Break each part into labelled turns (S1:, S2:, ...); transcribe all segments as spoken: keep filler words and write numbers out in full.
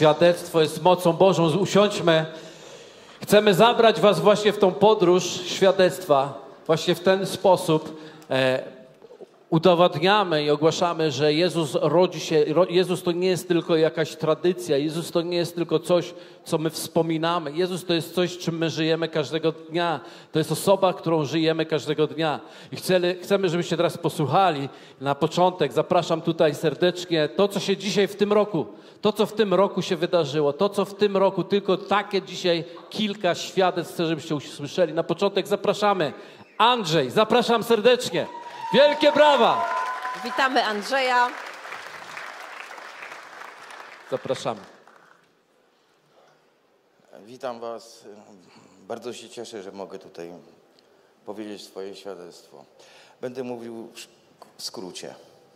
S1: świadectwo jest mocą Bożą. Usiądźmy. Chcemy zabrać was właśnie w tą podróż świadectwa. Właśnie w ten sposób e, udowadniamy i ogłaszamy, że Jezus rodzi się, Jezus to nie jest tylko jakaś tradycja, Jezus to nie jest tylko coś, co my wspominamy. Jezus to jest coś, czym my żyjemy każdego dnia. To jest osoba, którą żyjemy każdego dnia. I chcemy, chcemy żebyście teraz posłuchali. Na początek zapraszam tutaj serdecznie to, co się dzisiaj w tym roku, to, co w tym roku się wydarzyło, to, co w tym roku, tylko takie dzisiaj kilka świadectw chcę, żebyście usłyszeli. Na początek zapraszamy Andrzej, zapraszam serdecznie. Wielkie brawa!
S2: Witamy Andrzeja.
S1: Zapraszamy.
S3: Witam was. Bardzo się cieszę, że mogę tutaj powiedzieć swoje świadectwo. Będę mówił w skrócie.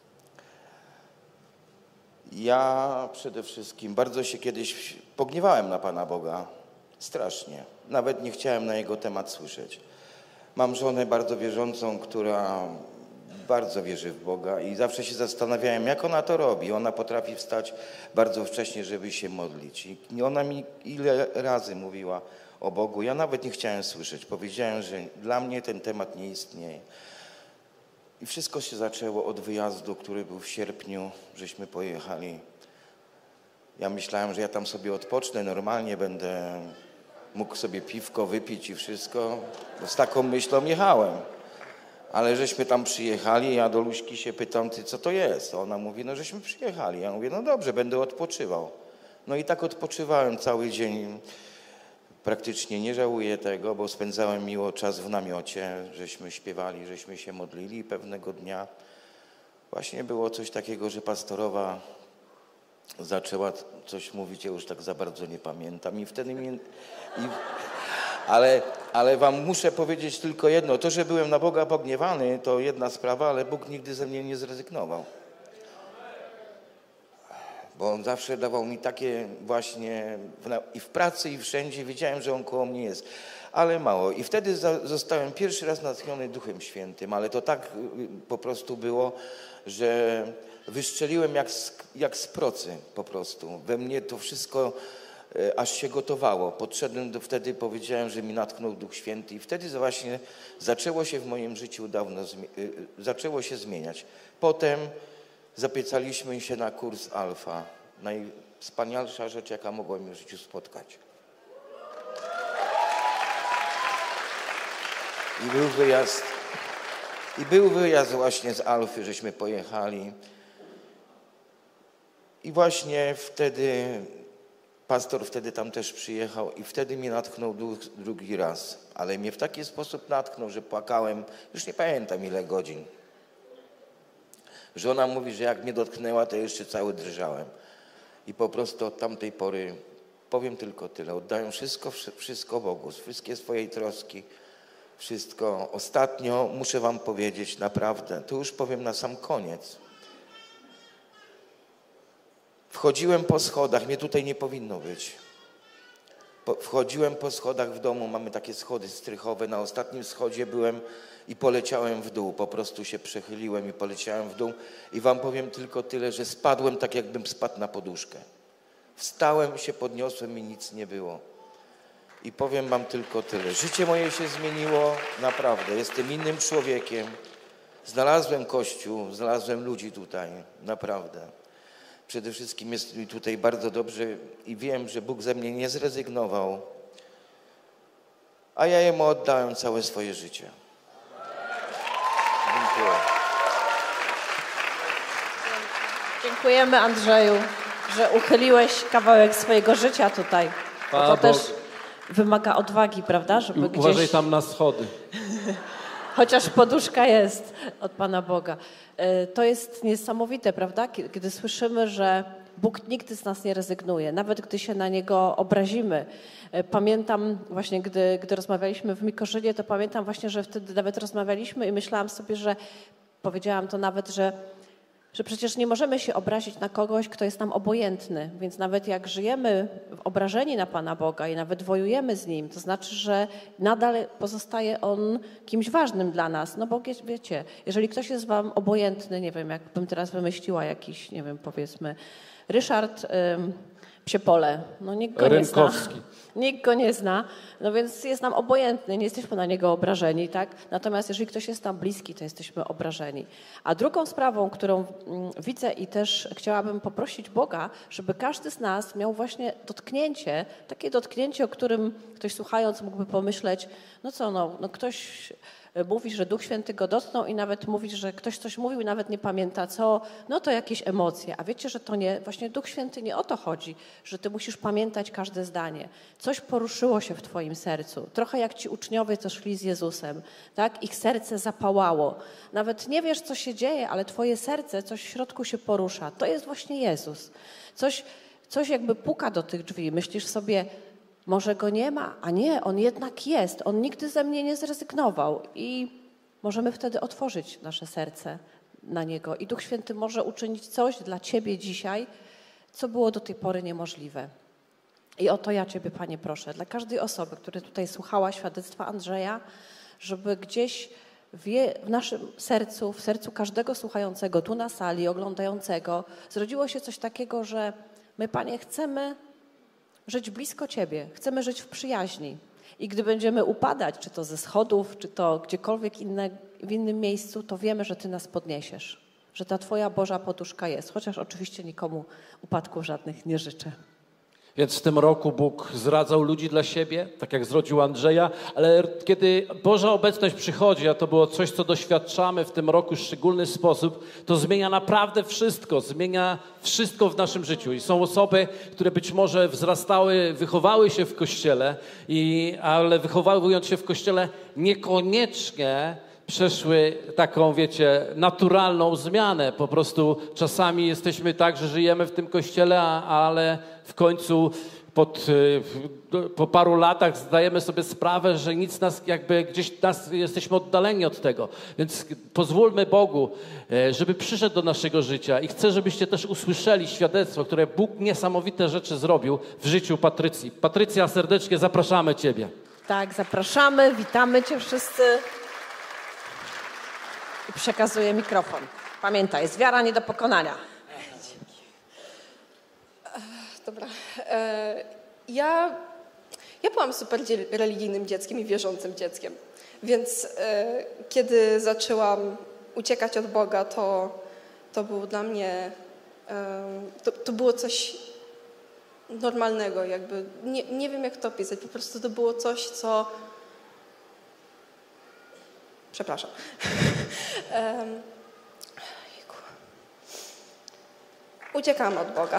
S3: Ja przede wszystkim bardzo się kiedyś pogniewałem na Pana Boga. Strasznie. Nawet nie chciałem na Jego temat słyszeć. Mam żonę bardzo wierzącą, która bardzo wierzy w Boga i zawsze się zastanawiałem, jak ona to robi. Ona potrafi wstać bardzo wcześnie, żeby się modlić. I ona mi ile razy mówiła o Bogu. Ja nawet nie chciałem słyszeć. Powiedziałem, że dla mnie ten temat nie istnieje. I wszystko się zaczęło od wyjazdu, który był w sierpniu, żeśmy pojechali. Ja myślałem, że ja tam sobie odpocznę, normalnie będę mógł sobie piwko wypić i wszystko. Bo z taką myślą jechałem. Ale żeśmy tam przyjechali, ja do Luśki się pytam, ty co to jest? A ona mówi, no żeśmy przyjechali. Ja mówię, no dobrze, będę odpoczywał. No i tak odpoczywałem cały dzień. Praktycznie nie żałuję tego, bo spędzałem miło czas w namiocie, żeśmy śpiewali, żeśmy się modlili i pewnego dnia właśnie było coś takiego, że pastorowa zaczęła coś mówić, ja już tak za bardzo nie pamiętam i wtedy mi... I, ale, ale wam muszę powiedzieć tylko jedno, to, że byłem na Boga pogniewany, to jedna sprawa, ale Bóg nigdy ze mnie nie zrezygnował. Bo On zawsze dawał mi takie właśnie i w pracy, i wszędzie wiedziałem, że On koło mnie jest. Ale mało. I wtedy zostałem pierwszy raz natchniony Duchem Świętym, ale to tak po prostu było, że wystrzeliłem jak z, jak z procy po prostu. We mnie to wszystko aż się gotowało. Podszedłem do, wtedy powiedziałem, że mi natchnął Duch Święty i wtedy właśnie zaczęło się w moim życiu dawno, zaczęło się zmieniać. Potem zapisaliśmy się na kurs Alfa. Najwspanialsza rzecz, jaka mogła mi w życiu spotkać. I był wyjazd, i był wyjazd właśnie z Alfy, żeśmy pojechali. I właśnie wtedy, pastor wtedy tam też przyjechał i wtedy mnie natchnął duch drugi raz. Ale mnie w taki sposób natchnął, że płakałem, już nie pamiętam ile godzin. Żona mówi, że jak mnie dotknęła, to jeszcze cały drżałem. I po prostu od tamtej pory, powiem tylko tyle, oddaję wszystko, wszystko Bogu, wszystkie swoje troski, wszystko. Ostatnio muszę wam powiedzieć naprawdę, to już powiem na sam koniec. Wchodziłem po schodach, mnie tutaj nie powinno być. Wchodziłem po schodach w domu, mamy takie schody strychowe, na ostatnim schodzie byłem i poleciałem w dół, po prostu się przechyliłem i poleciałem w dół i wam powiem tylko tyle, że spadłem tak jakbym spadł na poduszkę. Wstałem, się podniosłem i nic nie było. I powiem wam tylko tyle, życie moje się zmieniło, naprawdę, jestem innym człowiekiem. Znalazłem Kościół, znalazłem ludzi tutaj, naprawdę. Przede wszystkim jest mi tutaj bardzo dobrze i wiem, że Bóg ze mnie nie zrezygnował, a ja Jemu oddałem całe swoje życie. Dziękuję.
S2: Dziękujemy Andrzeju, że uchyliłeś kawałek swojego życia tutaj. Bo to też wymaga odwagi, prawda? Żeby
S1: Uważaj
S2: gdzieś...
S1: tam na schody.
S2: Chociaż poduszka jest od Pana Boga. To jest niesamowite, prawda? Kiedy słyszymy, że Bóg nigdy z nas nie rezygnuje, nawet gdy się na Niego obrazimy. Pamiętam właśnie, gdy, gdy rozmawialiśmy w Mikorzynie, to pamiętam właśnie, że wtedy nawet rozmawialiśmy i myślałam sobie, że powiedziałam to nawet, że że przecież nie możemy się obrazić na kogoś, kto jest nam obojętny. Więc nawet jak żyjemy obrażeni na Pana Boga i nawet wojujemy z Nim, to znaczy, że nadal pozostaje On kimś ważnym dla nas. No bo wiecie, jeżeli ktoś jest wam obojętny, nie wiem, jakbym teraz wymyśliła jakiś, nie wiem, powiedzmy, Ryszard psie pole. No nikt go nie zna.
S1: Rynkowski.
S2: Nikt go nie zna, no więc jest nam obojętny, nie jesteśmy na niego obrażeni, tak? Natomiast jeżeli ktoś jest nam bliski, to jesteśmy obrażeni. A drugą sprawą, którą mm, widzę i też chciałabym poprosić Boga, żeby każdy z nas miał właśnie dotknięcie, takie dotknięcie, o którym ktoś słuchając mógłby pomyśleć, no co, no, no ktoś mówi, że Duch Święty go dotknął i nawet mówi, że ktoś coś mówił i nawet nie pamięta co, no to jakieś emocje. A wiecie, że to nie, właśnie Duch Święty nie o to chodzi, że ty musisz pamiętać każde zdanie. Coś poruszyło się w twoim sercu. Trochę jak ci uczniowie, co szli z Jezusem, tak? Ich serce zapałało. Nawet nie wiesz, co się dzieje, ale twoje serce, coś w środku się porusza. To jest właśnie Jezus. Coś, coś jakby puka do tych drzwi. Myślisz sobie, może go nie ma, a nie, on jednak jest. On nigdy ze mnie nie zrezygnował i możemy wtedy otworzyć nasze serce na niego. I Duch Święty może uczynić coś dla ciebie dzisiaj, co było do tej pory niemożliwe. I o to ja ciebie, Panie, proszę, dla każdej osoby, która tutaj słuchała świadectwa Andrzeja, żeby gdzieś w, w naszym sercu, w sercu każdego słuchającego, tu na sali, oglądającego, zrodziło się coś takiego, że my, Panie, chcemy żyć blisko Ciebie, chcemy żyć w przyjaźni. I gdy będziemy upadać, czy to ze schodów, czy to gdziekolwiek inne, w innym miejscu, to wiemy, że Ty nas podniesiesz, że ta Twoja Boża poduszka jest, chociaż oczywiście nikomu upadków żadnych nie życzę.
S1: Więc w tym roku Bóg zradzał ludzi dla siebie, tak jak zrodził Andrzeja, ale kiedy Boża obecność przychodzi, a to było coś, co doświadczamy w tym roku w szczególny sposób, to zmienia naprawdę wszystko, zmienia wszystko w naszym życiu. I są osoby, które być może wzrastały, wychowały się w Kościele, i, ale wychowując się w Kościele niekoniecznie przeszły taką, wiecie, naturalną zmianę. Po prostu czasami jesteśmy tak, że żyjemy w tym Kościele, a, ale w końcu pod, po paru latach zdajemy sobie sprawę, że nic nas, jakby gdzieś nas, jesteśmy oddaleni od tego. Więc pozwólmy Bogu, żeby przyszedł do naszego życia i chcę, żebyście też usłyszeli świadectwo, które Bóg niesamowite rzeczy zrobił w życiu Patrycji. Patrycja, serdecznie zapraszamy Ciebie.
S2: Tak, zapraszamy, witamy Cię wszyscy. I przekazuję mikrofon. Pamiętaj, jest wiara nie do pokonania.
S4: Dobra. E, ja, ja byłam super religijnym dzieckiem i wierzącym dzieckiem, więc e, kiedy zaczęłam uciekać od Boga, to, to było dla mnie, e, to, to było coś normalnego, jakby, nie, nie wiem jak to opisać, po prostu to było coś, co... Przepraszam. um, Uciekałam od Boga.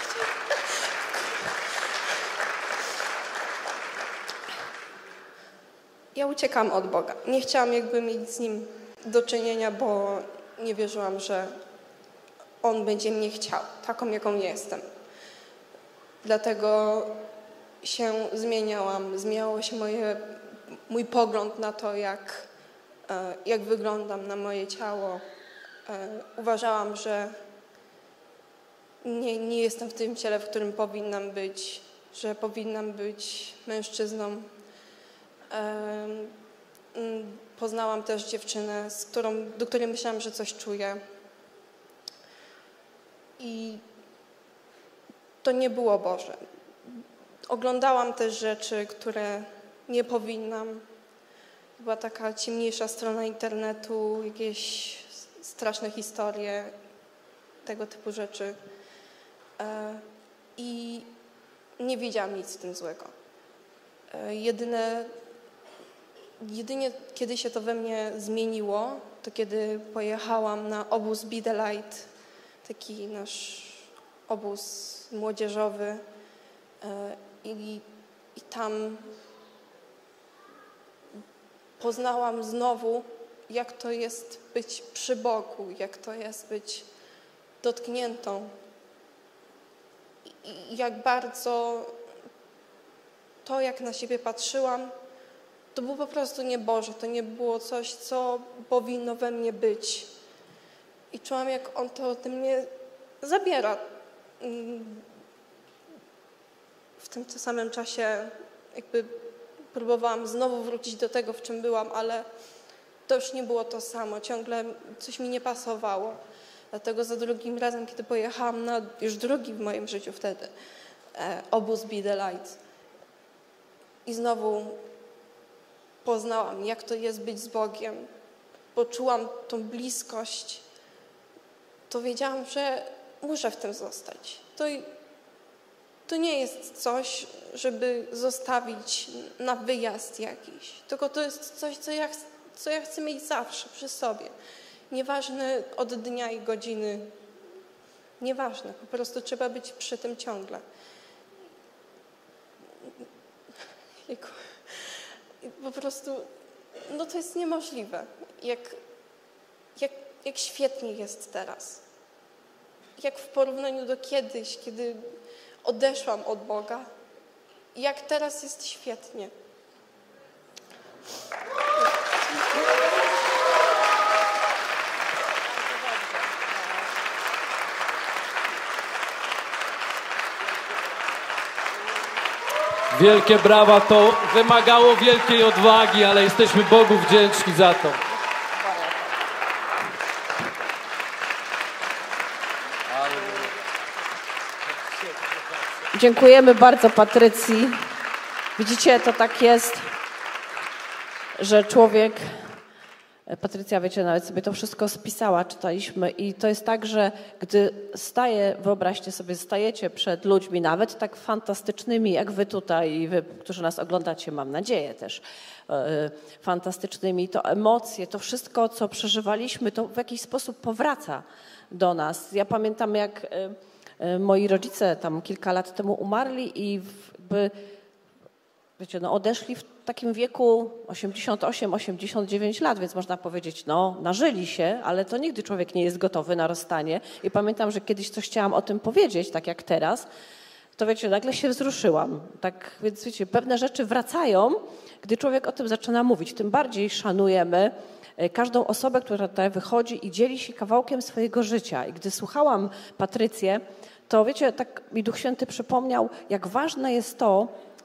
S4: Ja uciekałam od Boga. Nie chciałam jakby mieć z Nim do czynienia, bo nie wierzyłam, że On będzie mnie chciał, taką jaką jestem. Dlatego się zmieniałam, zmieniało się moje, mój pogląd na to, jak, jak wyglądam, na moje ciało. Uważałam, że nie, nie jestem w tym ciele, w którym powinnam być, że powinnam być mężczyzną. Poznałam też dziewczynę, z którą, do której myślałam, że coś czuję. I to nie było Boże. Oglądałam też rzeczy, które nie powinnam. Była taka ciemniejsza strona internetu, jakieś straszne historie, tego typu rzeczy. I nie widziałam nic w tym złego. Jedyne, jedynie kiedy się to we mnie zmieniło, to kiedy pojechałam na obóz Be The Light, taki nasz obóz młodzieżowy i, i tam poznałam znowu, jak to jest być przy Bogu, jak to jest być dotkniętą i jak bardzo to, jak na siebie patrzyłam, to było po prostu nieboże, to nie było coś, co powinno we mnie być. I czułam, jak On to ode mnie zabiera. W tym samym czasie jakby próbowałam znowu wrócić do tego, w czym byłam, ale to już nie było to samo. Ciągle coś mi nie pasowało. Dlatego za drugim razem, kiedy pojechałam na, już drugi w moim życiu wtedy, e, obóz Be The Light. I znowu poznałam, jak to jest być z Bogiem. Poczułam tą bliskość. To wiedziałam, że muszę w tym zostać. To, to nie jest coś, żeby zostawić na wyjazd jakiś. Tylko to jest coś, co ja, co ja chcę mieć zawsze przy sobie. Nieważne od dnia i godziny. Nieważne. Po prostu trzeba być przy tym ciągle. Po prostu, no to jest niemożliwe. Jak, jak, jak świetnie jest teraz. Jak w porównaniu do kiedyś, kiedy odeszłam od Boga. Jak teraz jest świetnie.
S1: Wielkie brawa, to wymagało wielkiej odwagi, ale jesteśmy Bogu wdzięczni za to.
S2: Dziękujemy bardzo Patrycji. Widzicie, to tak jest, że człowiek... Patrycja, wiecie, nawet sobie to wszystko spisała, czytaliśmy i to jest tak, że gdy staje, wyobraźcie sobie, stajecie przed ludźmi, nawet tak fantastycznymi, jak wy tutaj i wy, którzy nas oglądacie, mam nadzieję też, yy, fantastycznymi, to emocje, to wszystko, co przeżywaliśmy, to w jakiś sposób powraca do nas. Ja pamiętam, jak yy, yy, moi rodzice tam kilka lat temu umarli i jakby, wiecie, no odeszli w takim wieku osiemdziesiąt osiem osiemdziesiąt dziewięć lat, więc można powiedzieć, no nażyli się, ale to nigdy człowiek nie jest gotowy na rozstanie. I pamiętam, że kiedyś coś chciałam o tym powiedzieć, tak jak teraz, to wiecie, nagle się wzruszyłam. Tak, więc wiecie, pewne rzeczy wracają, gdy człowiek o tym zaczyna mówić. Tym bardziej szanujemy każdą osobę, która tutaj wychodzi i dzieli się kawałkiem swojego życia. I gdy słuchałam Patrycję, to wiecie, tak mi Duch Święty przypomniał, jak ważne jest to,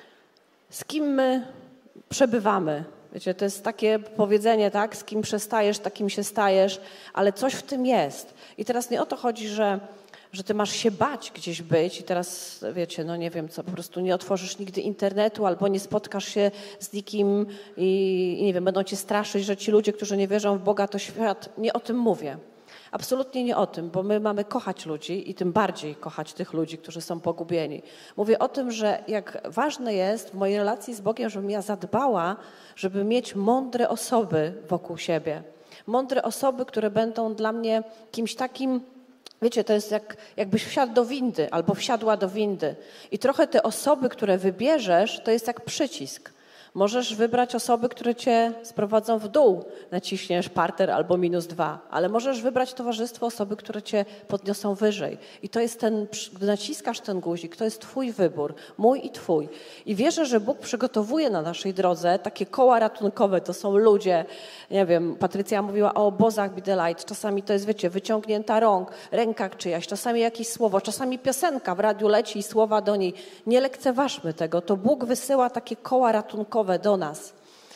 S2: z kim my przebywamy. Wiecie, to jest takie powiedzenie, tak? Z kim przestajesz, takim się stajesz, ale coś w tym jest. I teraz nie o to chodzi, że, że ty masz się bać gdzieś być i teraz, wiecie, no nie wiem co, po prostu nie otworzysz nigdy internetu albo nie spotkasz się z nikim i, i nie wiem, będą cię straszyć, że ci ludzie, którzy nie wierzą w Boga, to świat. Nie o tym mówię. Absolutnie nie o tym, bo my mamy kochać ludzi i tym bardziej kochać tych ludzi, którzy są pogubieni. Mówię o tym, że jak ważne jest w mojej relacji z Bogiem, żebym ja zadbała, żeby mieć mądre osoby wokół siebie. Mądre osoby, które będą dla mnie kimś takim, wiecie, to jest jak, jakbyś wsiadł do windy albo wsiadła do windy. I trochę te osoby, które wybierzesz, to jest jak przycisk. Możesz wybrać osoby, które cię sprowadzą w dół, naciśniesz parter albo minus dwa, ale możesz wybrać towarzystwo osoby, które cię podniosą wyżej. I to jest ten, gdy naciskasz ten guzik, to jest twój wybór, mój i twój. I wierzę, że Bóg przygotowuje na naszej drodze takie koła ratunkowe, to są ludzie, nie wiem, Patrycja mówiła o obozach Be The Light, czasami to jest, wiecie, wyciągnięta rąk, ręka czyjaś, czasami jakieś słowo, czasami piosenka w radiu leci i słowa do niej. Nie lekceważmy tego, to Bóg wysyła takie koła ratunkowe do nas,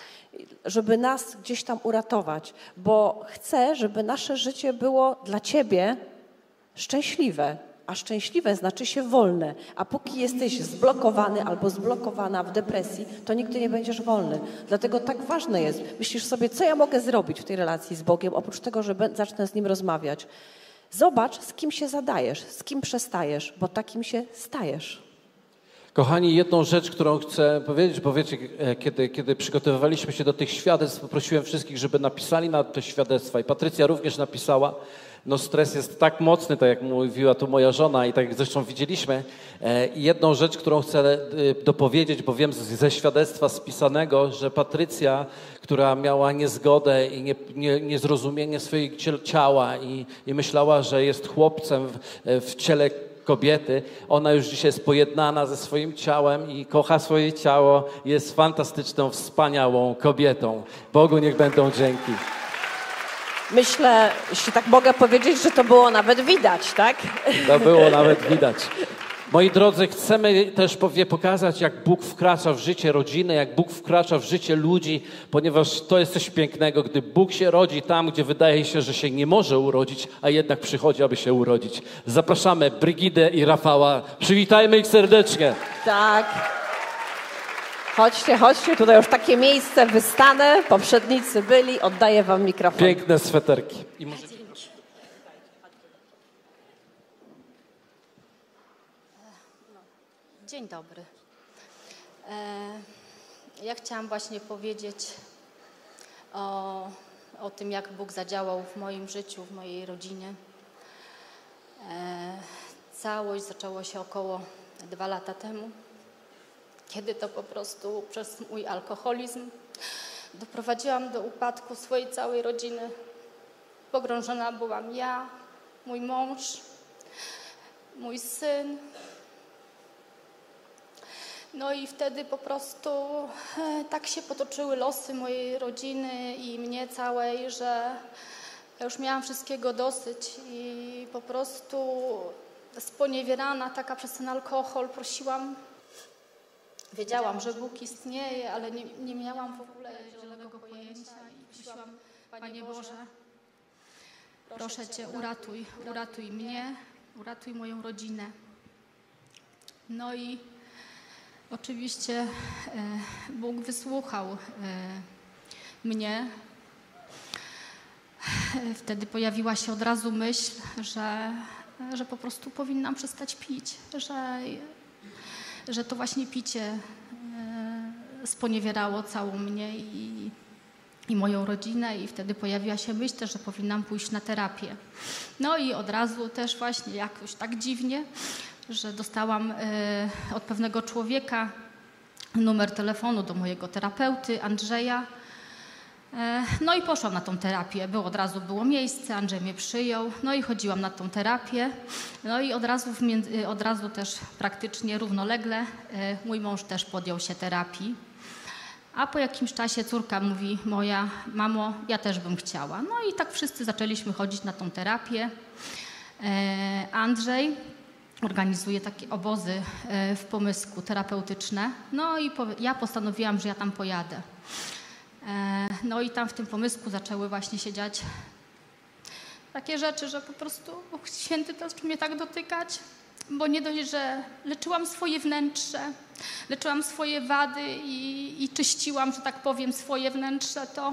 S2: żeby nas gdzieś tam uratować, bo chcę, żeby nasze życie było dla Ciebie szczęśliwe, a szczęśliwe znaczy się wolne, a póki jesteś zblokowany albo zblokowana w depresji, to nigdy nie będziesz wolny. Dlatego tak ważne jest, myślisz sobie, co ja mogę zrobić w tej relacji z Bogiem, oprócz tego, że zacznę z Nim rozmawiać. Zobacz, z kim się zadajesz, z kim przestajesz, bo takim się stajesz.
S1: Kochani, jedną rzecz, którą chcę powiedzieć, bo wiecie, kiedy, kiedy przygotowywaliśmy się do tych świadectw, poprosiłem wszystkich, żeby napisali na te świadectwa i Patrycja również napisała. No stres jest tak mocny, tak jak mówiła tu moja żona i tak jak zresztą widzieliśmy. I jedną rzecz, którą chcę dopowiedzieć, bo wiem ze świadectwa spisanego, że Patrycja, która miała niezgodę i nie, nie, niezrozumienie swojego ciała i, i myślała, że jest chłopcem w, w ciele kobiety, ona już dzisiaj jest pojednana ze swoim ciałem i kocha swoje ciało, jest fantastyczną, wspaniałą kobietą. Bogu niech będą dzięki.
S2: Myślę, jeśli tak mogę powiedzieć, że to było nawet widać, tak?
S1: To było nawet widać. Moi drodzy, chcemy też powie pokazać, jak Bóg wkracza w życie rodziny, jak Bóg wkracza w życie ludzi, ponieważ to jest coś pięknego, gdy Bóg się rodzi tam, gdzie wydaje się, że się nie może urodzić, a jednak przychodzi, aby się urodzić. Zapraszamy Brygidę i Rafała. Przywitajmy ich serdecznie.
S2: Tak. Chodźcie, chodźcie, tutaj już takie miejsce wystanę, poprzednicy byli, oddaję wam mikrofon.
S1: Piękne sweterki. I może...
S5: Dzień dobry. Ja chciałam właśnie powiedzieć o, o tym, jak Bóg zadziałał w moim życiu, w mojej rodzinie. Całość zaczęło się około dwa lata temu, kiedy to po prostu przez mój alkoholizm doprowadziłam do upadku swojej całej rodziny. Pogrążona byłam ja, mój mąż, mój syn. No i wtedy po prostu e, tak się potoczyły losy mojej rodziny i mnie całej, że ja już miałam wszystkiego dosyć i po prostu sponiewierana taka przez ten alkohol prosiłam. Wiedziałam, że Bóg istnieje, ale nie, nie miałam w ogóle zielonego pojęcia i prosiłam, Panie Boże, proszę Cię, uratuj, uratuj mnie, uratuj moją rodzinę. No i oczywiście e, Bóg wysłuchał e, mnie. E, wtedy pojawiła się od razu myśl, że, że po prostu powinnam przestać pić, że, że to właśnie picie e, sponiewierało całą mnie i, i moją rodzinę i wtedy pojawiła się myśl też, że powinnam pójść na terapię. No i od razu też właśnie jakoś tak dziwnie, że dostałam y, od pewnego człowieka numer telefonu do mojego terapeuty, Andrzeja. E, no i poszłam na tą terapię. Było, od razu było miejsce, Andrzej mnie przyjął. No i chodziłam na tą terapię. No i od razu, w między, od razu też praktycznie równolegle y, mój mąż też podjął się terapii. A po jakimś czasie córka mówi moja, mamo, ja też bym chciała. No i tak wszyscy zaczęliśmy chodzić na tą terapię. E, Andrzej organizuje takie obozy w Pomysku terapeutyczne. No i ja postanowiłam, że ja tam pojadę. No i tam w tym Pomysku zaczęły właśnie się dziać takie rzeczy, że po prostu Bóg Święty zaczął mnie tak dotykać, bo nie dość, że leczyłam swoje wnętrze, leczyłam swoje wady i, i czyściłam, że tak powiem, swoje wnętrze, to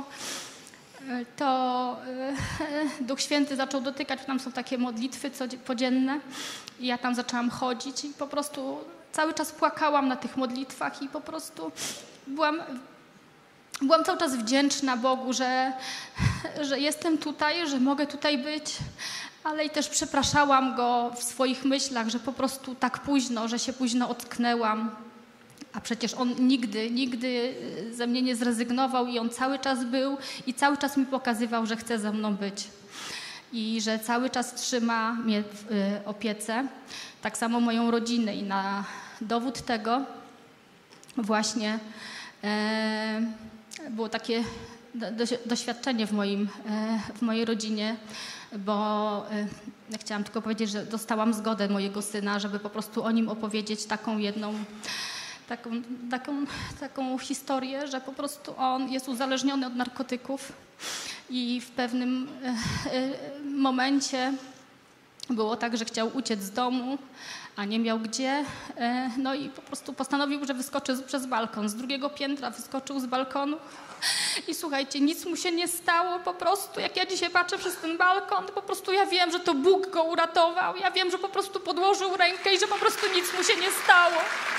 S5: to Duch Święty zaczął dotykać, tam są takie modlitwy codzienne i ja tam zaczęłam chodzić i po prostu cały czas płakałam na tych modlitwach i po prostu byłam, byłam cały czas wdzięczna Bogu, że, że jestem tutaj, że mogę tutaj być, ale i też przepraszałam Go w swoich myślach, że po prostu tak późno, że się późno ocknęłam. A przecież On nigdy, nigdy ze mnie nie zrezygnował i On cały czas był i cały czas mi pokazywał, że chce ze mną być. I że cały czas trzyma mnie w y, opiece. Tak samo moją rodzinę i na dowód tego właśnie e, było takie do, do, doświadczenie w, moim, e, w mojej rodzinie, bo e, chciałam tylko powiedzieć, że dostałam zgodę mojego syna, żeby po prostu o nim opowiedzieć taką jedną Taką, taką, taką historię, że po prostu on jest uzależniony od narkotyków i w pewnym e, e, momencie było tak, że chciał uciec z domu, a nie miał gdzie. E, no i po prostu postanowił, że wyskoczy przez balkon. Z drugiego piętra wyskoczył z balkonu i słuchajcie, nic mu się nie stało po prostu. Jak ja dzisiaj patrzę przez ten balkon, to po prostu ja wiem, że to Bóg go uratował. Ja wiem, że po prostu podłożył rękę i że po prostu nic mu się nie stało.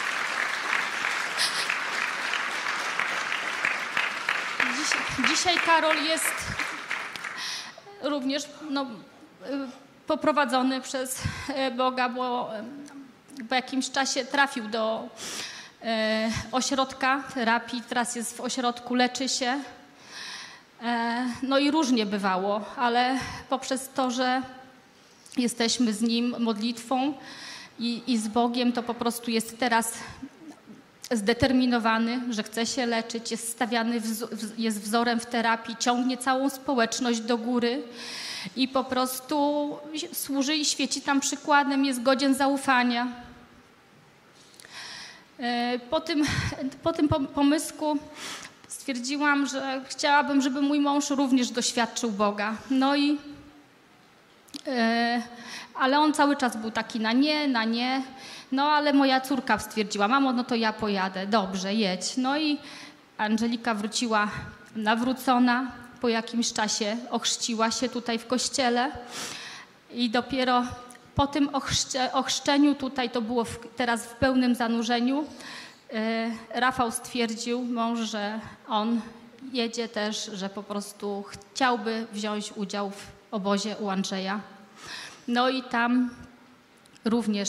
S5: Dzisiaj Karol jest również no, poprowadzony przez Boga, bo po jakimś czasie trafił do e, ośrodka terapii, teraz jest w ośrodku, leczy się. E, no i różnie bywało, ale poprzez to, że jesteśmy z Nim modlitwą i, i z Bogiem, to po prostu jest teraz zdeterminowany, że chce się leczyć, jest stawiany, jest wzorem w terapii, ciągnie całą społeczność do góry i po prostu służy i świeci tam przykładem, jest godzien zaufania. Po tym, po tym pomysłu stwierdziłam, że chciałabym, żeby mój mąż również doświadczył Boga. No i, ale on cały czas był taki na nie, na nie. No ale moja córka stwierdziła, mamo, no to ja pojadę, dobrze, jedź. No i Angelika wróciła nawrócona, po jakimś czasie ochrzciła się tutaj w kościele i dopiero po tym ochrzcze, ochrzczeniu tutaj, to było w, teraz w pełnym zanurzeniu, yy, Rafał stwierdził, mąż, że on jedzie też, że po prostu chciałby wziąć udział w obozie u Andrzeja. No i tam również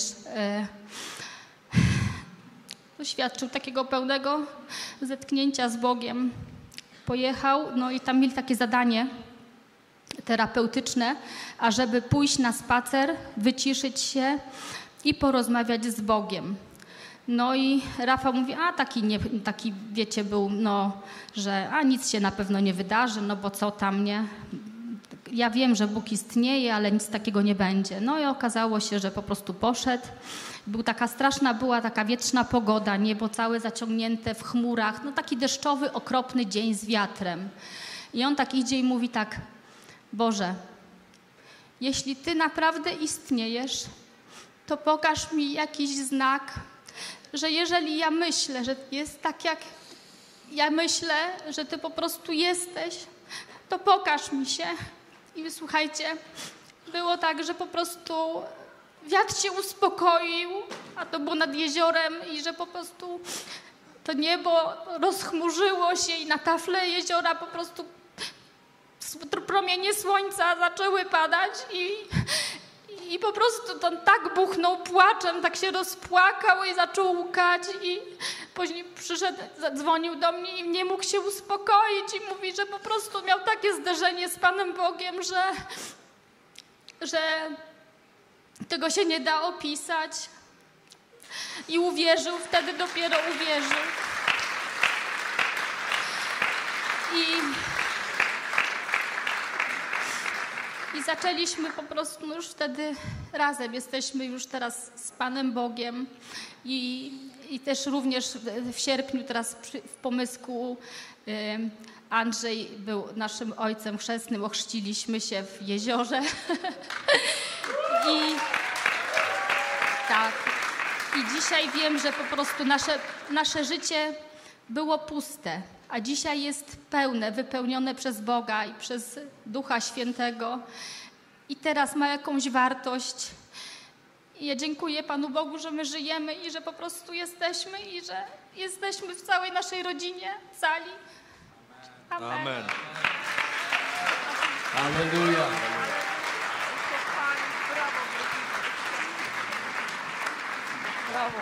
S5: yy, doświadczył takiego pełnego zetknięcia z Bogiem. Pojechał, no i tam mieli takie zadanie terapeutyczne, ażeby pójść na spacer, wyciszyć się i porozmawiać z Bogiem. No i Rafał mówi, a taki, nie, taki wiecie, był, no, że a nic się na pewno nie wydarzy, no bo co tam, nie? Ja wiem, że Bóg istnieje, ale nic takiego nie będzie. No i okazało się, że po prostu poszedł. Był taka straszna, była taka wietrzna pogoda, niebo całe zaciągnięte w chmurach, no taki deszczowy, okropny dzień z wiatrem. I on tak idzie i mówi tak, Boże, jeśli Ty naprawdę istniejesz, to pokaż mi jakiś znak, że jeżeli ja myślę, że jest tak jak ja myślę, że Ty po prostu jesteś, to pokaż mi się. I słuchajcie, było tak, że po prostu wiatr się uspokoił, a to było nad jeziorem i że po prostu to niebo rozchmurzyło się i na tafle jeziora po prostu promienie słońca zaczęły padać i, i po prostu on tak buchnął płaczem, tak się rozpłakał i zaczął łkać i później przyszedł, zadzwonił do mnie i nie mógł się uspokoić i mówi, że po prostu miał takie zderzenie z Panem Bogiem, że, że tego się nie da opisać i uwierzył, wtedy dopiero uwierzył. I I zaczęliśmy po prostu, no już wtedy razem jesteśmy już teraz z Panem Bogiem i, i też również w sierpniu teraz przy, w Pomysku y, Andrzej był naszym ojcem chrzestnym, ochrzciliśmy się w jeziorze. I tak. I dzisiaj wiem, że po prostu nasze, nasze życie było puste, a dzisiaj jest pełne, wypełnione przez Boga i przez Ducha Świętego i teraz ma jakąś wartość. I ja dziękuję Panu Bogu, że my żyjemy i że po prostu jesteśmy i że jesteśmy w całej naszej rodzinie, cali. Amen.
S6: Amen.
S1: Alleluja.
S2: Brawo.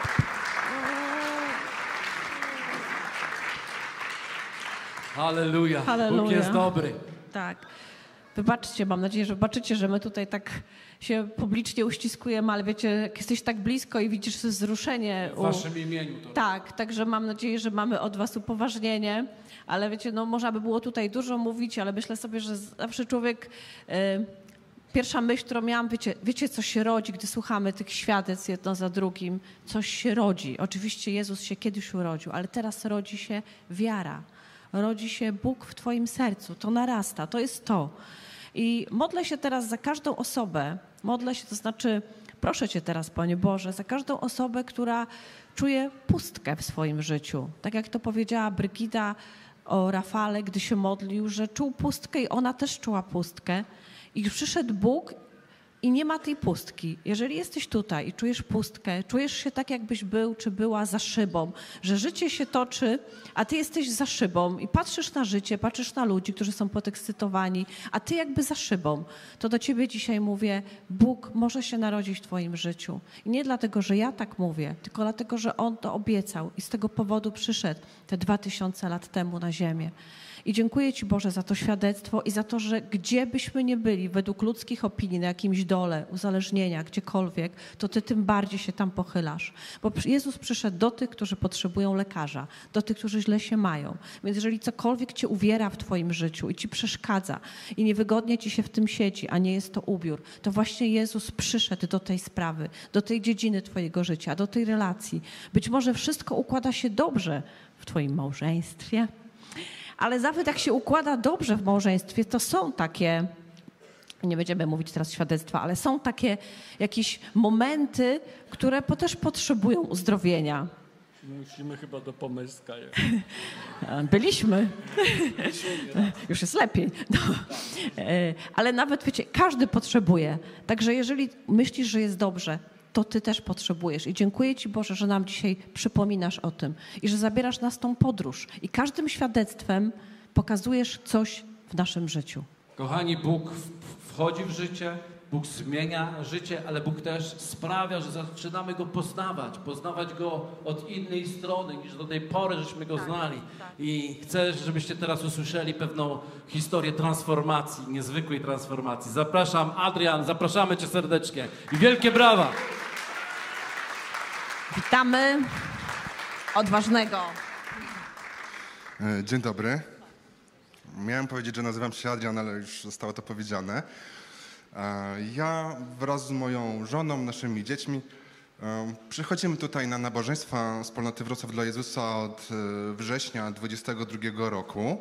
S1: Halleluja.
S7: Halleluja.
S1: Bóg jest dobry.
S7: Tak. Wybaczcie, mam nadzieję, że wybaczycie, że my tutaj tak się publicznie uściskujemy, ale wiecie, jak jesteś tak blisko i widzisz wzruszenie.
S1: W waszym imieniu to.
S7: Tak, także mam nadzieję, że mamy od was upoważnienie, ale wiecie, no można by było tutaj dużo mówić, ale myślę sobie, że zawsze człowiek... Yy, Pierwsza myśl, którą miałam, wiecie, wiecie, co się rodzi, gdy słuchamy tych świadectw jedno za drugim. Coś się rodzi. Oczywiście Jezus się kiedyś urodził, ale teraz rodzi się wiara. Rodzi się Bóg w twoim sercu. To narasta, to jest to. I modlę się teraz za każdą osobę. Modlę się, to znaczy proszę Cię teraz, Panie Boże, za każdą osobę, która czuje pustkę w swoim życiu. Tak jak to powiedziała Brygida o Rafale, gdy się modlił, że czuł pustkę i ona też czuła pustkę. I przyszedł Bóg i nie ma tej pustki. Jeżeli jesteś tutaj i czujesz pustkę, czujesz się tak, jakbyś był czy była za szybą, że życie się toczy, a ty jesteś za szybą i patrzysz na życie, patrzysz na ludzi, którzy są podekscytowani, a ty jakby za szybą, to do ciebie dzisiaj mówię, Bóg może się narodzić w twoim życiu. I nie dlatego, że ja tak mówię, tylko dlatego, że On to obiecał i z tego powodu przyszedł te dwa tysiące lat temu na ziemię. I dziękuję Ci, Boże, za to świadectwo i za to, że gdzie byśmy nie byli, według ludzkich opinii, na jakimś dole, uzależnienia, gdziekolwiek, to Ty tym bardziej się tam pochylasz. Bo Jezus przyszedł do tych, którzy potrzebują lekarza, do tych, którzy źle się mają. Więc jeżeli cokolwiek Cię uwiera w Twoim życiu i Ci przeszkadza i niewygodnie Ci się w tym siedzi, a nie jest to ubiór, to właśnie Jezus przyszedł do tej sprawy, do tej dziedziny Twojego życia, do tej relacji. Być może wszystko układa się dobrze w Twoim małżeństwie, ale nawet jak się układa dobrze w małżeństwie, to są takie, nie będziemy mówić teraz świadectwa, ale są takie jakieś momenty, które też potrzebują uzdrowienia.
S6: Musimy chyba do Pomyska.
S7: Byliśmy. Już jest lepiej. No. Ale nawet, wiecie, każdy potrzebuje. Także jeżeli myślisz, że jest dobrze, to Ty też potrzebujesz. I dziękuję Ci, Boże, że nam dzisiaj przypominasz o tym i że zabierasz nas tą podróż. I każdym świadectwem pokazujesz coś w naszym życiu.
S1: Kochani, Bóg wchodzi w życie, Bóg zmienia życie, ale Bóg też sprawia, że zaczynamy Go poznawać. Poznawać Go od innej strony, niż do tej pory, żeśmy Go znali. I chcę, żebyście teraz usłyszeli pewną historię transformacji, niezwykłej transformacji. Zapraszam, Adrian, zapraszamy Cię serdecznie. I wielkie brawa!
S7: Witamy odważnego.
S8: Dzień dobry. Miałem powiedzieć, że nazywam się Adrian, ale już zostało to powiedziane. Ja wraz z moją żoną, naszymi dziećmi przychodzimy tutaj na nabożeństwa Wspólnoty Wrocław dla Jezusa od września dwudziestego drugiego roku.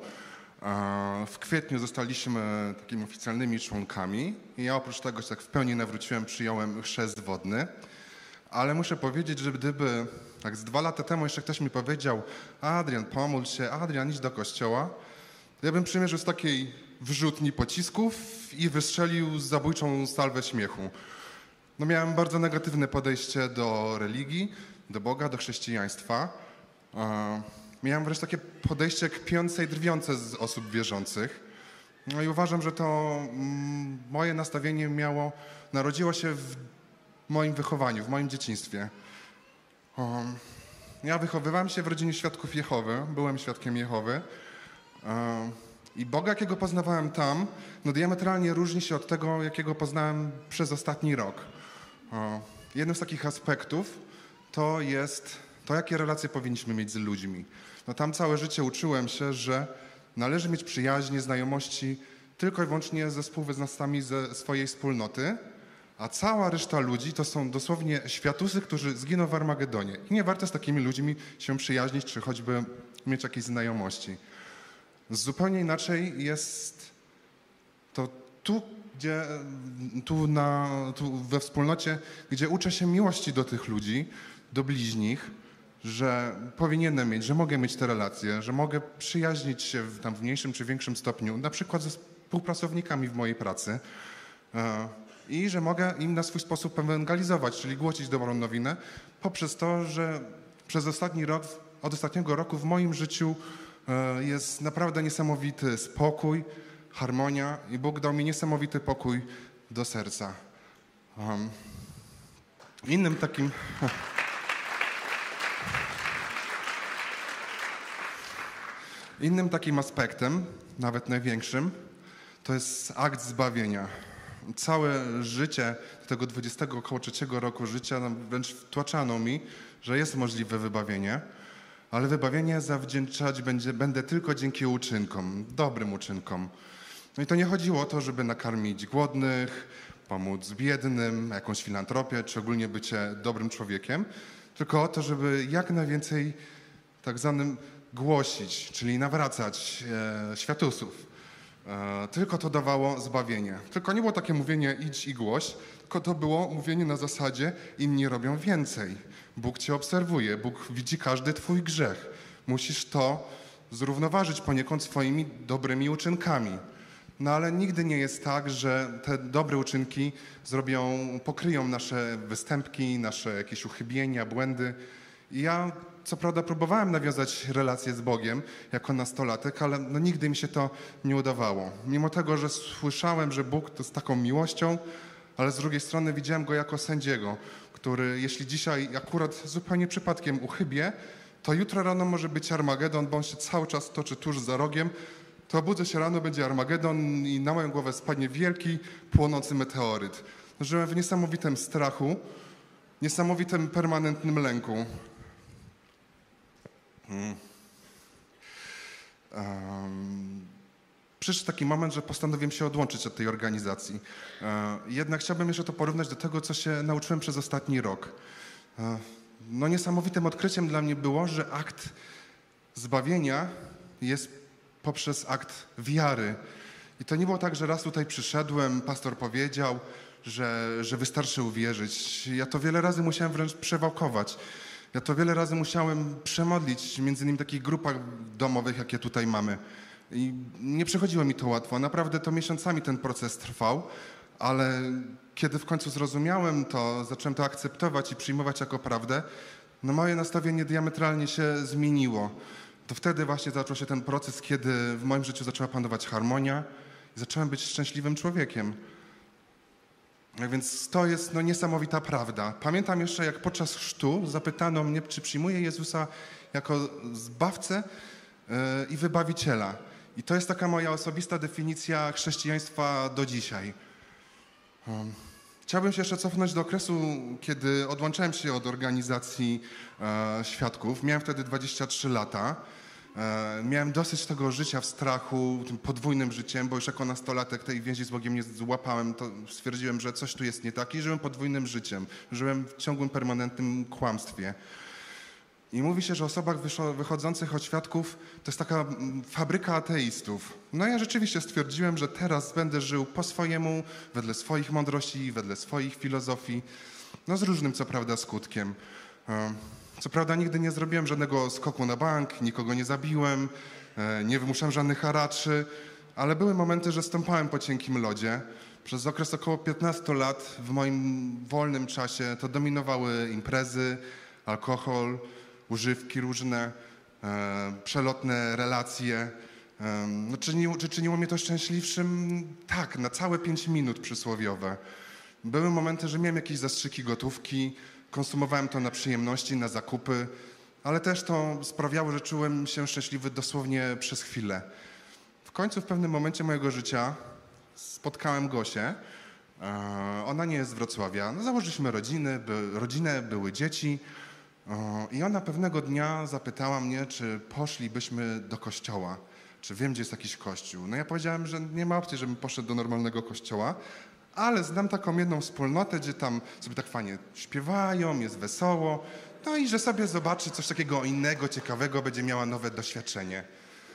S8: W kwietniu zostaliśmy takimi oficjalnymi członkami i ja oprócz tego, że tak w pełni nawróciłem, przyjąłem chrzest wodny. Ale muszę powiedzieć, że gdyby tak z dwa lata temu jeszcze ktoś mi powiedział: Adrian, pomódl się, Adrian, idź do kościoła, to ja bym przymierzył z takiej wrzutni pocisków i wystrzelił z zabójczą salwę śmiechu. No miałem bardzo negatywne podejście do religii, do Boga, do chrześcijaństwa. Miałem wreszcie takie podejście kpiące i drwiące z osób wierzących. No i uważam, że to mm, moje nastawienie miało, narodziło się w moim wychowaniu, w moim dzieciństwie. Um, ja wychowywałem się w rodzinie świadków Jehowy, byłem świadkiem Jehowy. Um, I Boga, jakiego poznawałem tam, no diametralnie różni się od tego, jakiego poznałem przez ostatni rok. Um, jednym z takich aspektów to jest to, jakie relacje powinniśmy mieć z ludźmi. No tam całe życie uczyłem się, że należy mieć przyjaźnie, znajomości tylko i wyłącznie ze współwyznawcami ze swojej wspólnoty, a cała reszta ludzi to są dosłownie światusy, którzy zginą w Armagedonie. I nie warto z takimi ludźmi się przyjaźnić, czy choćby mieć jakieś znajomości. Zupełnie inaczej jest to tu, gdzie, tu, na, tu we wspólnocie, gdzie uczę się miłości do tych ludzi, do bliźnich, że powinienem mieć, że mogę mieć te relacje, że mogę przyjaźnić się w, tam w mniejszym czy większym stopniu, na przykład ze współpracownikami w mojej pracy, i że mogę im na swój sposób ewangelizować, czyli głosić dobrą nowinę, poprzez to, że przez ostatni rok, od ostatniego roku w moim życiu jest naprawdę niesamowity spokój, harmonia i Bóg dał mi niesamowity pokój do serca. Um, innym takim... Innym takim aspektem, nawet największym, to jest akt zbawienia. Całe życie tego dwudziestego, około trzeciego roku życia wręcz wtłaczano mi, że jest możliwe wybawienie, ale wybawienie zawdzięczać będzie, będę tylko dzięki uczynkom, dobrym uczynkom. No i to nie chodziło o to, żeby nakarmić głodnych, pomóc biednym, jakąś filantropię, czy ogólnie bycie dobrym człowiekiem, tylko o to, żeby jak najwięcej tak zwanym głosić, czyli nawracać e, światusów. E, tylko to dawało zbawienie. Tylko nie było takie mówienie idź i głoś, tylko to było mówienie na zasadzie inni robią więcej. Bóg cię obserwuje, Bóg widzi każdy twój grzech. Musisz to zrównoważyć poniekąd swoimi dobrymi uczynkami. No ale nigdy nie jest tak, że te dobre uczynki zrobią, pokryją nasze występki, nasze jakieś uchybienia, błędy. I ja co prawda próbowałem nawiązać relacje z Bogiem jako nastolatek, ale no nigdy mi się to nie udawało. Mimo tego, że słyszałem, że Bóg to z taką miłością, ale z drugiej strony widziałem Go jako sędziego, który jeśli dzisiaj akurat zupełnie przypadkiem uchybię, to jutro rano może być Armagedon, bo on się cały czas toczy tuż za rogiem, to obudzę się rano, będzie Armagedon i na moją głowę spadnie wielki, płonący meteoryt. Żyłem w niesamowitym strachu, niesamowitym, permanentnym lęku. Hmm. Um, przyszedł taki moment, że postanowiłem się odłączyć od tej organizacji. E, jednak chciałbym jeszcze to porównać do tego, co się nauczyłem przez ostatni rok. E, no niesamowitym odkryciem dla mnie było, że akt zbawienia jest poprzez akt wiary. I to nie było tak, że raz tutaj przyszedłem, pastor powiedział, że, że wystarczy uwierzyć. Ja to wiele razy musiałem wręcz przewałkować. Ja to wiele razy musiałem przemodlić, między innymi w takich grupach domowych, jakie tutaj mamy. I nie przechodziło mi to łatwo. Naprawdę to miesiącami ten proces trwał, ale kiedy w końcu zrozumiałem to, zacząłem to akceptować i przyjmować jako prawdę, no moje nastawienie diametralnie się zmieniło. To wtedy właśnie zaczął się ten proces, kiedy w moim życiu zaczęła panować harmonia i zacząłem być szczęśliwym człowiekiem. A więc to jest no, niesamowita prawda. Pamiętam jeszcze, jak podczas chrztu zapytano mnie, czy przyjmuję Jezusa jako Zbawcę yy, i Wybawiciela. I to jest taka moja osobista definicja chrześcijaństwa do dzisiaj. Um. Chciałbym się jeszcze cofnąć do okresu, kiedy odłączałem się od organizacji e, świadków. Miałem wtedy dwadzieścia trzy lata. E, miałem dosyć tego życia w strachu, tym podwójnym życiem, bo już jako nastolatek tej więzi z Bogiem nie złapałem, to stwierdziłem, że coś tu jest nie tak i żyłem podwójnym życiem. Żyłem w ciągłym, permanentnym kłamstwie. I mówi się, że o osobach wychodzących od świadków to jest taka fabryka ateistów. No ja rzeczywiście stwierdziłem, że teraz będę żył po swojemu, wedle swoich mądrości, wedle swoich filozofii, no z różnym co prawda skutkiem. Co prawda nigdy nie zrobiłem żadnego skoku na bank, nikogo nie zabiłem, nie wymuszałem żadnych haraczy, ale były momenty, że stąpałem po cienkim lodzie. Przez okres około piętnastu lat w moim wolnym czasie to dominowały imprezy, alkohol, używki różne, e, przelotne relacje. E, no czyniło, czy czyniło mnie to szczęśliwszym? Tak, na całe pięć minut przysłowiowe. Były momenty, że miałem jakieś zastrzyki gotówki, konsumowałem to na przyjemności, na zakupy, ale też to sprawiało, że czułem się szczęśliwy dosłownie przez chwilę. W końcu w pewnym momencie mojego życia spotkałem Gosię. E, ona nie jest z Wrocławia. No, założyliśmy rodziny, by, rodzinę, były dzieci. I ona pewnego dnia zapytała mnie, czy poszlibyśmy do kościoła, czy wiem, gdzie jest jakiś kościół. No ja powiedziałem, że nie ma opcji, żebym poszedł do normalnego kościoła, ale znam taką jedną wspólnotę, gdzie tam sobie tak fajnie śpiewają, jest wesoło, no i że sobie zobaczy coś takiego innego, ciekawego, będzie miała nowe doświadczenie.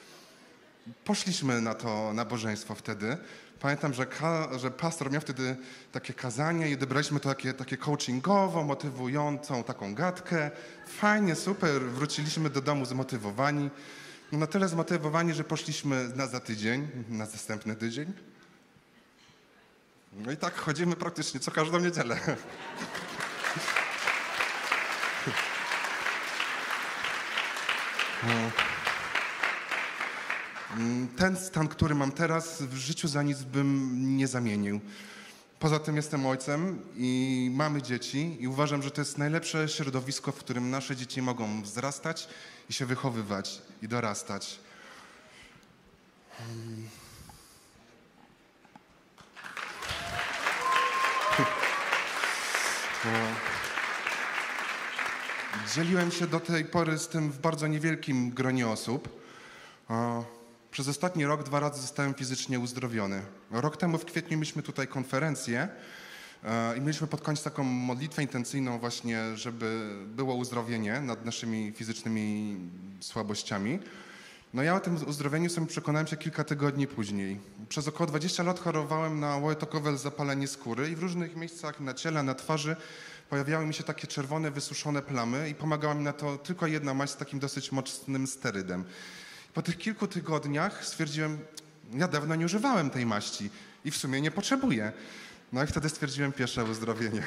S8: Poszliśmy na to nabożeństwo wtedy. Pamiętam, że, ka, że pastor miał wtedy takie kazanie i odebraliśmy to takie, takie coachingowo, motywującą taką gadkę. Fajnie, super, wróciliśmy do domu zmotywowani. No na tyle zmotywowani, że poszliśmy na za tydzień, na następny tydzień. No i tak chodzimy praktycznie co każdą niedzielę. No. Ten stan, który mam teraz, w życiu za nic bym nie zamienił. Poza tym jestem ojcem i mamy dzieci i uważam, że to jest najlepsze środowisko, w którym nasze dzieci mogą wzrastać i się wychowywać i dorastać. Dzieliłem się do tej pory z tym w bardzo niewielkim gronie osób. Przez ostatni rok dwa razy zostałem fizycznie uzdrowiony. Rok temu w kwietniu mieliśmy tutaj konferencję e, i mieliśmy pod koniec taką modlitwę intencyjną właśnie, żeby było uzdrowienie nad naszymi fizycznymi słabościami. No ja o tym uzdrowieniu sobie przekonałem się kilka tygodni później. Przez około dwadzieścia lat chorowałem na łojotkowe zapalenie skóry i w różnych miejscach na ciele, na twarzy pojawiały mi się takie czerwone, wysuszone plamy i pomagała mi na to tylko jedna maść z takim dosyć mocnym sterydem. Po tych kilku tygodniach stwierdziłem, ja dawno nie używałem tej maści i w sumie nie potrzebuję. No i wtedy stwierdziłem pierwsze uzdrowienie.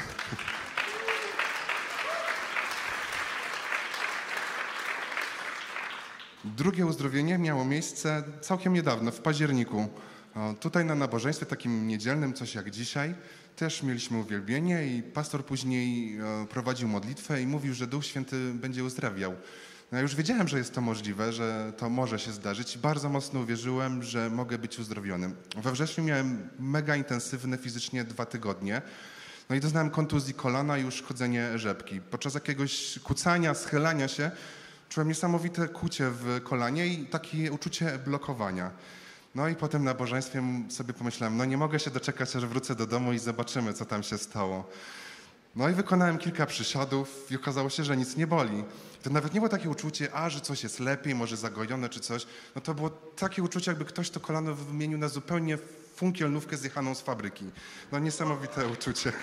S8: Drugie uzdrowienie miało miejsce całkiem niedawno, w październiku. O, tutaj na nabożeństwie takim niedzielnym, coś jak dzisiaj, też mieliśmy uwielbienie i pastor później o, prowadził modlitwę i mówił, że Duch Święty będzie uzdrawiał No ja już wiedziałem, że jest to możliwe, że to może się zdarzyć i bardzo mocno uwierzyłem, że mogę być uzdrowionym. We wrześniu miałem mega intensywne fizycznie dwa tygodnie. No i doznałem kontuzji kolana i uszkodzenie rzepki. Podczas jakiegoś kucania, schylania się czułem niesamowite kucie w kolanie i takie uczucie blokowania. No i po tym nabożeństwie sobie pomyślałem, no nie mogę się doczekać, aż wrócę do domu i zobaczymy, co tam się stało. No i wykonałem kilka przysiadów i okazało się, że nic nie boli. To nawet nie było takie uczucie, a że coś jest lepiej, może zagojone czy coś. No to było takie uczucie, jakby ktoś to kolano wymienił na zupełnie funkielnówkę zjechaną z fabryki. No niesamowite uczucie.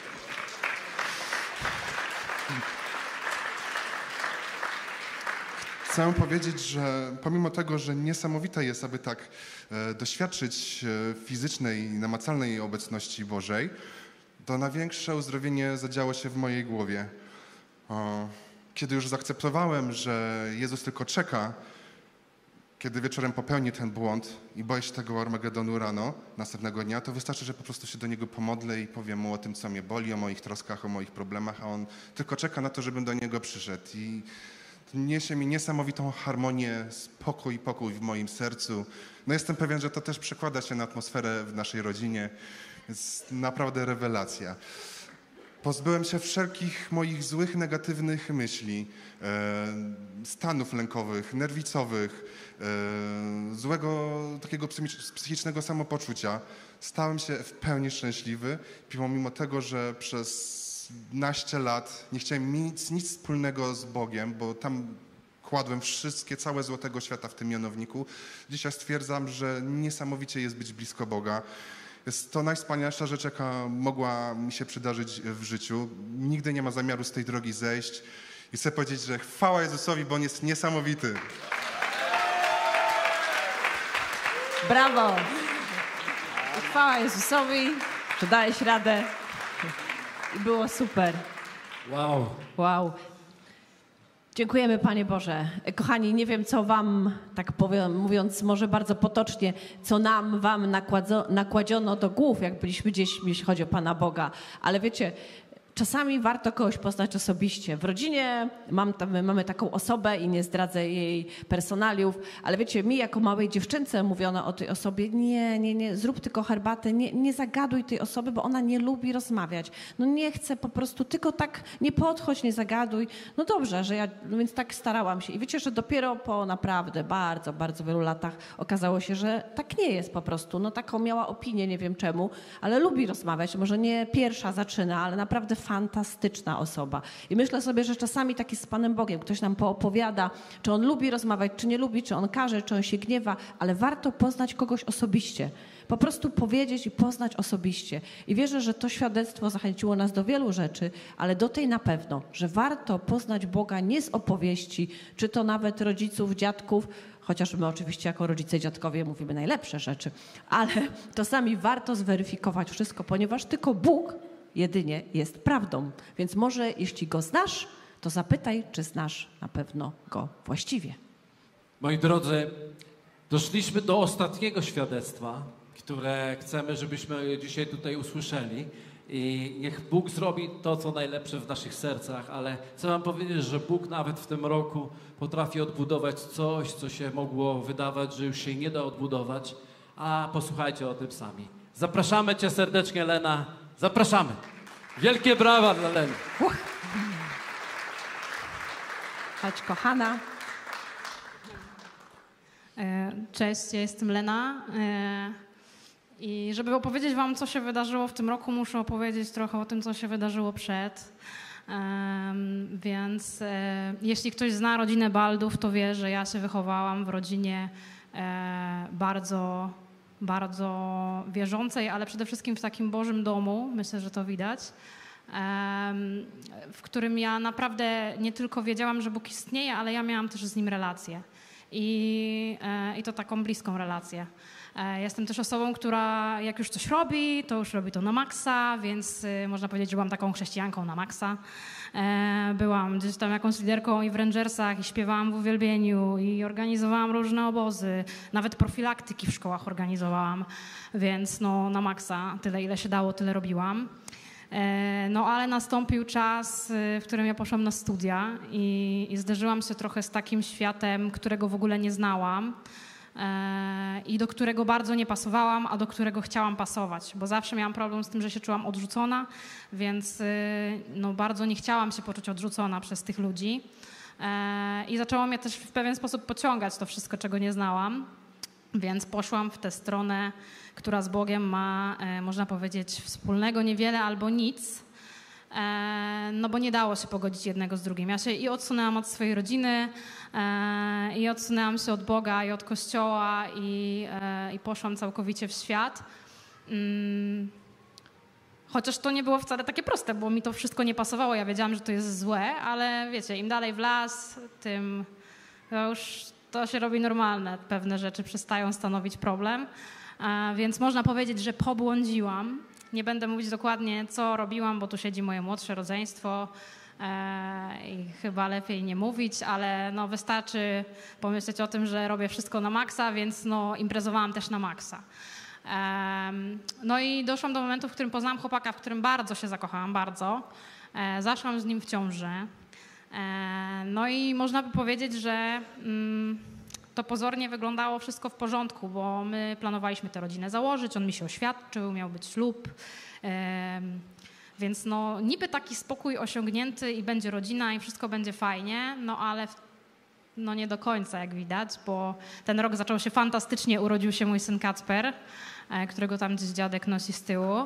S8: Chcę powiedzieć, że pomimo tego, że niesamowite jest, aby tak e, doświadczyć e, fizycznej, namacalnej obecności Bożej, to największe uzdrowienie zadziało się w mojej głowie. O, kiedy już zaakceptowałem, że Jezus tylko czeka, kiedy wieczorem popełnię ten błąd i boję się tego Armagedonu rano, następnego dnia, to wystarczy, że po prostu się do Niego pomodlę i powiem Mu o tym, co mnie boli, o moich troskach, o moich problemach, a On tylko czeka na to, żebym do Niego przyszedł. I niesie mi niesamowitą harmonię, spokój i pokój w moim sercu. No jestem pewien, że to też przekłada się na atmosferę w naszej rodzinie. Jest naprawdę rewelacja. Pozbyłem się wszelkich moich złych, negatywnych myśli, e, stanów lękowych, nerwicowych, e, złego takiego psychicznego samopoczucia. Stałem się w pełni szczęśliwy, pomimo tego, że przez naście lat nie chciałem mieć nic wspólnego z Bogiem, bo tam kładłem wszystkie, całe zło tego świata w tym mianowniku. Dzisiaj stwierdzam, że niesamowicie jest być blisko Boga. Jest to najwspanialsza rzecz, jaka mogła mi się przydarzyć w życiu. Nigdy nie ma zamiaru z tej drogi zejść. I chcę powiedzieć, że chwała Jezusowi, bo On jest niesamowity.
S7: Brawo! Chwała Jezusowi, że dałeś radę i było super.
S1: Wow.
S7: Wow. Dziękujemy, Panie Boże. Kochani, nie wiem, co wam, tak powiem, mówiąc może bardzo potocznie, co nam, wam nakładzo, nakładziono do głów, jak byliśmy dziećmi, jeśli chodzi o Pana Boga. Ale wiecie, czasami warto kogoś poznać osobiście. W rodzinie mam tam, mamy taką osobę i nie zdradzę jej personaliów, ale wiecie, mi jako małej dziewczynce mówiono o tej osobie, nie, nie, nie, zrób tylko herbatę, nie, nie zagaduj tej osoby, bo ona nie lubi rozmawiać. No nie chcę po prostu, tylko tak nie podchodź, nie zagaduj. No dobrze, że ja, no więc tak starałam się. I wiecie, że dopiero po naprawdę bardzo, bardzo wielu latach okazało się, że tak nie jest po prostu. No taką miała opinię, nie wiem czemu, ale lubi rozmawiać. Może nie pierwsza zaczyna, ale naprawdę fantastyczna osoba. I myślę sobie, że czasami tak jest z Panem Bogiem. Ktoś nam poopowiada, czy On lubi rozmawiać, czy nie lubi, czy On każe, czy On się gniewa, ale warto poznać kogoś osobiście. Po prostu powiedzieć i poznać osobiście. I wierzę, że to świadectwo zachęciło nas do wielu rzeczy, ale do tej na pewno, że warto poznać Boga nie z opowieści, czy to nawet rodziców, dziadków, chociaż my oczywiście jako rodzice i dziadkowie mówimy najlepsze rzeczy, ale czasami warto zweryfikować wszystko, ponieważ tylko Bóg jedynie jest prawdą. Więc może jeśli Go znasz, to zapytaj, czy znasz na pewno Go właściwie.
S1: Moi drodzy, doszliśmy do ostatniego świadectwa, które chcemy, żebyśmy dzisiaj tutaj usłyszeli. I niech Bóg zrobi to, co najlepsze w naszych sercach, ale chcę wam powiedzieć, że Bóg nawet w tym roku potrafi odbudować coś, co się mogło wydawać, że już się nie da odbudować. A posłuchajcie o tym sami. Zapraszamy cię serdecznie, Lena. Zapraszamy. Wielkie brawa dla Leny.
S7: Uch. Chodź, kochana.
S9: Cześć, ja jestem Lena. I żeby opowiedzieć wam, co się wydarzyło w tym roku, muszę opowiedzieć trochę o tym, co się wydarzyło przed. Um, więc e, jeśli ktoś zna rodzinę Baldów, to wie, że ja się wychowałam w rodzinie e, bardzo, bardzo wierzącej, ale przede wszystkim w takim Bożym domu, myślę, że to widać, um, w którym ja naprawdę nie tylko wiedziałam, że Bóg istnieje, ale ja miałam też z Nim relację. I, e, i to taką bliską relację. Jestem też osobą, która jak już coś robi, to już robi to na maksa, więc można powiedzieć, że byłam taką chrześcijanką na maksa. Byłam gdzieś tam jakąś liderką i w Rangersach, i śpiewałam w uwielbieniu, i organizowałam różne obozy. Nawet profilaktyki w szkołach organizowałam, więc no na maksa, tyle ile się dało, tyle robiłam. No ale nastąpił czas, w którym ja poszłam na studia i, i zderzyłam się trochę z takim światem, którego w ogóle nie znałam i do którego bardzo nie pasowałam, a do którego chciałam pasować, bo zawsze miałam problem z tym, że się czułam odrzucona, więc no, bardzo nie chciałam się poczuć odrzucona przez tych ludzi i zaczęło mnie też w pewien sposób pociągać to wszystko, czego nie znałam, więc poszłam w tę stronę, która z Bogiem ma, można powiedzieć, wspólnego niewiele albo nic, no bo nie dało się pogodzić jednego z drugim. Ja się i odsunęłam od swojej rodziny, i odsunęłam się od Boga i od Kościoła i, i poszłam całkowicie w świat. Chociaż to nie było wcale takie proste, bo mi to wszystko nie pasowało. Ja wiedziałam, że to jest złe, ale wiecie, im dalej w las, tym to już to się robi normalne. Pewne rzeczy przestają stanowić problem. Więc można powiedzieć, że pobłądziłam. Nie będę mówić dokładnie, co robiłam, bo tu siedzi moje młodsze rodzeństwo i chyba lepiej nie mówić, ale no wystarczy pomyśleć o tym, że robię wszystko na maksa, więc no imprezowałam też na maksa. No i doszłam do momentu, w którym poznałam chłopaka, w którym bardzo się zakochałam, bardzo. Zaszłam z nim w ciążę. No i można by powiedzieć, że to pozornie wyglądało wszystko w porządku, bo my planowaliśmy tę rodzinę założyć, on mi się oświadczył, miał być ślub. Więc no niby taki spokój osiągnięty i będzie rodzina i wszystko będzie fajnie, no ale no nie do końca, jak widać, bo ten rok zaczął się fantastycznie, urodził się mój syn Kacper, którego tam gdzieś dziadek nosi z tyłu.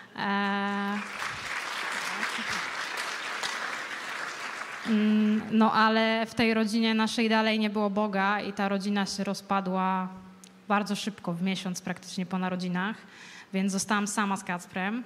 S9: No ale w tej rodzinie naszej dalej nie było Boga i ta rodzina się rozpadła bardzo szybko, w miesiąc praktycznie po narodzinach, więc zostałam sama z Kacprem.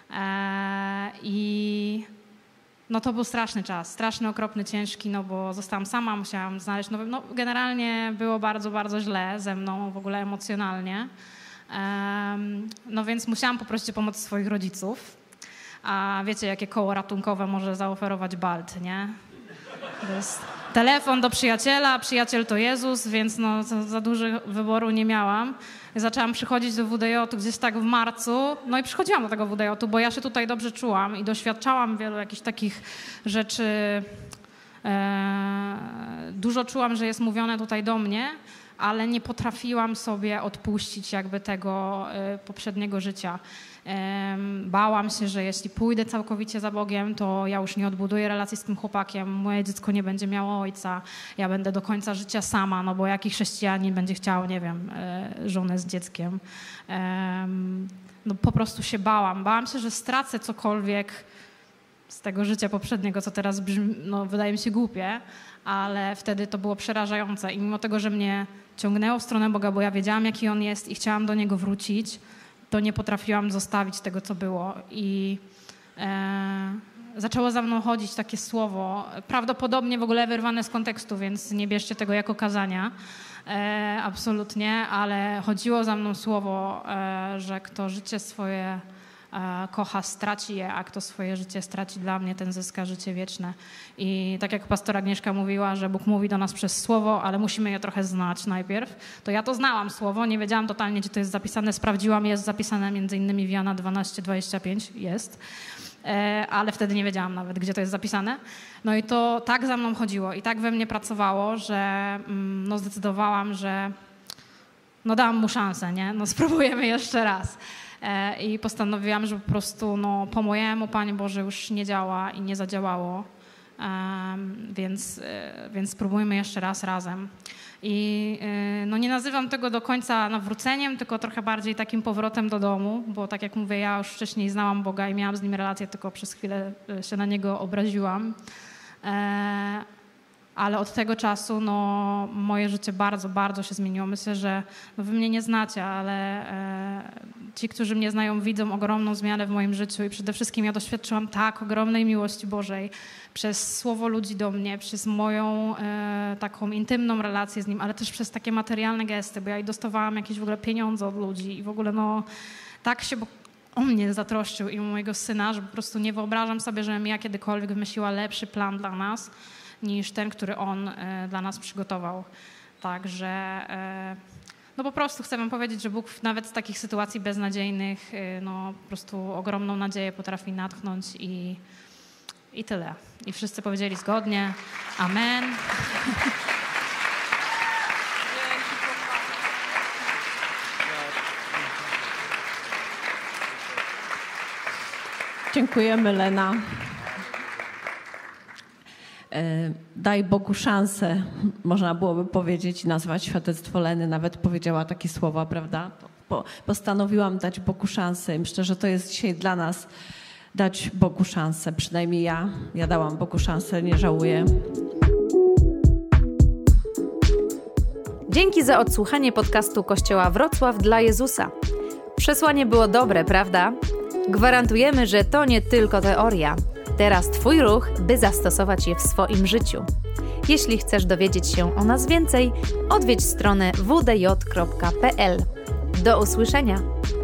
S9: I no to był straszny czas, straszny, okropny, ciężki, no bo zostałam sama, musiałam znaleźć nowy, no generalnie było bardzo, bardzo źle ze mną w ogóle emocjonalnie. No więc musiałam poprosić o pomoc swoich rodziców. A wiecie, jakie koło ratunkowe może zaoferować Balt, nie? To jest telefon do przyjaciela, przyjaciel to Jezus, więc no za, za dużo wyboru nie miałam. Zaczęłam przychodzić do W D J-u gdzieś tak w marcu, no i przychodziłam do tego W D J-u, bo ja się tutaj dobrze czułam i doświadczałam wielu jakichś takich rzeczy. E, dużo czułam, że jest mówione tutaj do mnie, ale nie potrafiłam sobie odpuścić jakby tego e, poprzedniego życia. Bałam się, że jeśli pójdę całkowicie za Bogiem, to ja już nie odbuduję relacji z tym chłopakiem, moje dziecko nie będzie miało ojca, ja będę do końca życia sama, no bo jaki chrześcijanin będzie chciał, nie wiem, żonę z dzieckiem. No po prostu się bałam. Bałam się, że stracę cokolwiek z tego życia poprzedniego, co teraz brzmi, no wydaje mi się głupie, ale wtedy to było przerażające i mimo tego, że mnie ciągnęło w stronę Boga, bo ja wiedziałam, jaki On jest i chciałam do Niego wrócić, to nie potrafiłam zostawić tego, co było. I e, zaczęło za mną chodzić takie słowo, prawdopodobnie w ogóle wyrwane z kontekstu, więc nie bierzcie tego jako kazania, e, absolutnie, ale chodziło za mną słowo, e, że kto życie swoje e, kocha, straci je, a kto swoje życie straci dla mnie, ten zyska życie wieczne. I tak jak pastor Agnieszka mówiła, że Bóg mówi do nas przez słowo, ale musimy je trochę znać najpierw, to ja to znałam słowo, nie wiedziałam totalnie, gdzie to jest zapisane, sprawdziłam, jest zapisane między innymi w Jana dwanaście dwadzieścia pięć, jest, e, ale wtedy nie wiedziałam nawet, gdzie to jest zapisane. No i to tak za mną chodziło i tak we mnie pracowało, że mm, no zdecydowałam, że no dałam mu szansę, nie? No spróbujemy jeszcze raz. I postanowiłam, że po prostu no, po mojemu, Panie Boże, już nie działa i nie zadziałało, um, więc, więc spróbujmy jeszcze raz razem. I no, nie nazywam tego do końca nawróceniem, tylko trochę bardziej takim powrotem do domu, bo tak jak mówię, ja już wcześniej znałam Boga i miałam z Nim relację, tylko przez chwilę się na Niego obraziłam. E, ale od tego czasu no, moje życie bardzo, bardzo się zmieniło. Myślę, że no, wy mnie nie znacie, ale e, ci, którzy mnie znają, widzą ogromną zmianę w moim życiu i przede wszystkim ja doświadczyłam tak ogromnej miłości Bożej przez słowo ludzi do mnie, przez moją e, taką intymną relację z Nim, ale też przez takie materialne gesty, bo ja i dostawałam jakieś w ogóle pieniądze od ludzi i w ogóle no tak się o mnie zatroszczył i mojego syna, że po prostu nie wyobrażam sobie, żebym ja kiedykolwiek wymyśliła lepszy plan dla nas, niż ten, który On e, dla nas przygotował. Także e, no po prostu chcę wam powiedzieć, że Bóg nawet z takich sytuacji beznadziejnych no po prostu ogromną nadzieję potrafi natchnąć i, i tyle. I wszyscy powiedzieli zgodnie. Amen.
S7: Dziękujemy, Lena. Daj Bogu szansę, można byłoby powiedzieć i nazwać świadectwo Leny, nawet powiedziała takie słowa, prawda? Po, postanowiłam dać Bogu szansę i myślę, że to jest dzisiaj dla nas dać Bogu szansę, przynajmniej ja, ja dałam Bogu szansę, nie żałuję.
S10: Dzięki za odsłuchanie podcastu Kościoła Wrocław dla Jezusa. Przesłanie było dobre, prawda? Gwarantujemy, że to nie tylko teoria. Teraz Twój ruch, by zastosować je w swoim życiu. Jeśli chcesz dowiedzieć się o nas więcej, odwiedź stronę w d j kropka p l. Do usłyszenia!